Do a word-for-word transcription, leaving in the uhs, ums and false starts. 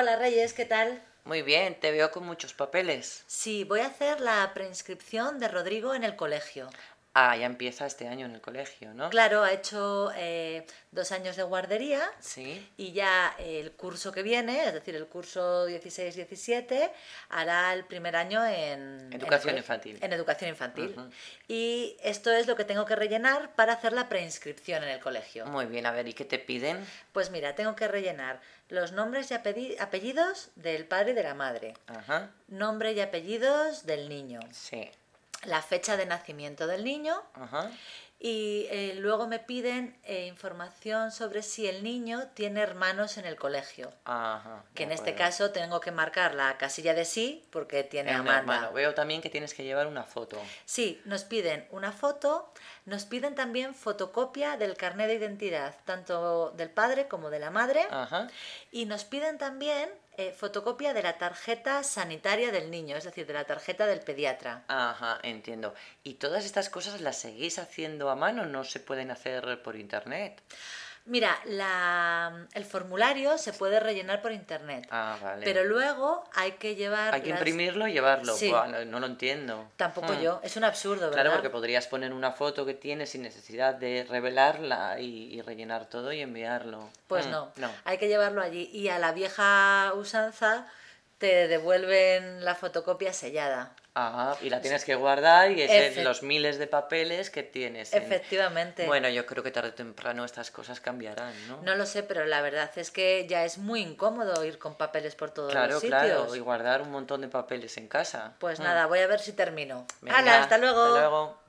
Hola Reyes, ¿qué tal? Muy bien, te veo con muchos papeles. Sí, voy a hacer la preinscripción de Rodrigo en el colegio. Ah, ya empieza este año en el colegio, ¿no? Claro, ha hecho eh, dos años de guardería Sí. y ya el curso que viene, es decir, el curso dieciséis diecisiete, hará el primer año en, en el Educación colegio, infantil. en educación infantil. Ujú. Y esto es lo que tengo que rellenar para hacer la preinscripción en el colegio. Muy bien, a ver, ¿y qué te piden? Pues mira, tengo que rellenar los nombres y apelli- apellidos del padre y de la madre, Ajá, nombre y apellidos del niño, sí. la fecha de nacimiento del niño Ajá. y eh, luego me piden eh, información sobre si el niño tiene hermanos en el colegio. Ajá, Que de en este acuerdo. caso tengo que marcar la casilla de sí porque tiene Es a un Amanda. hermano. Veo también que tienes que llevar una foto. Sí, nos piden una foto, nos piden también fotocopia del carnet de identidad, tanto del padre como de la madre, Ajá. y nos piden también eh, fotocopia de la tarjeta sanitaria del niño, es decir, de la tarjeta del pediatra. Ajá, entiendo. ¿Y todas estas cosas las seguís haciendo a mano? ¿No se pueden hacer por internet? Mira, la, el formulario se puede rellenar por internet, Ah, vale. pero luego hay que llevar Hay que las... imprimirlo y llevarlo. Sí, Buah, no, no lo entiendo. tampoco Hmm. yo, es un absurdo, Claro, ¿verdad? porque podrías poner una foto que tienes sin necesidad de revelarla y, y rellenar todo y enviarlo. Pues Hmm, no, no. hay que llevarlo allí y a la vieja usanza te devuelven la fotocopia sellada. Ajá, y la tienes que guardar y es en Efe- los miles de papeles que tienes. En... efectivamente. Bueno, yo creo que tarde o temprano estas cosas cambiarán, ¿no? No lo sé, pero la verdad es que ya es muy incómodo ir con papeles por todos los Claro, claro, y sitios. guardar un montón de papeles en casa. Pues Hmm. nada, voy a ver si termino. ¡Hala, Venga, hasta hasta luego! luego.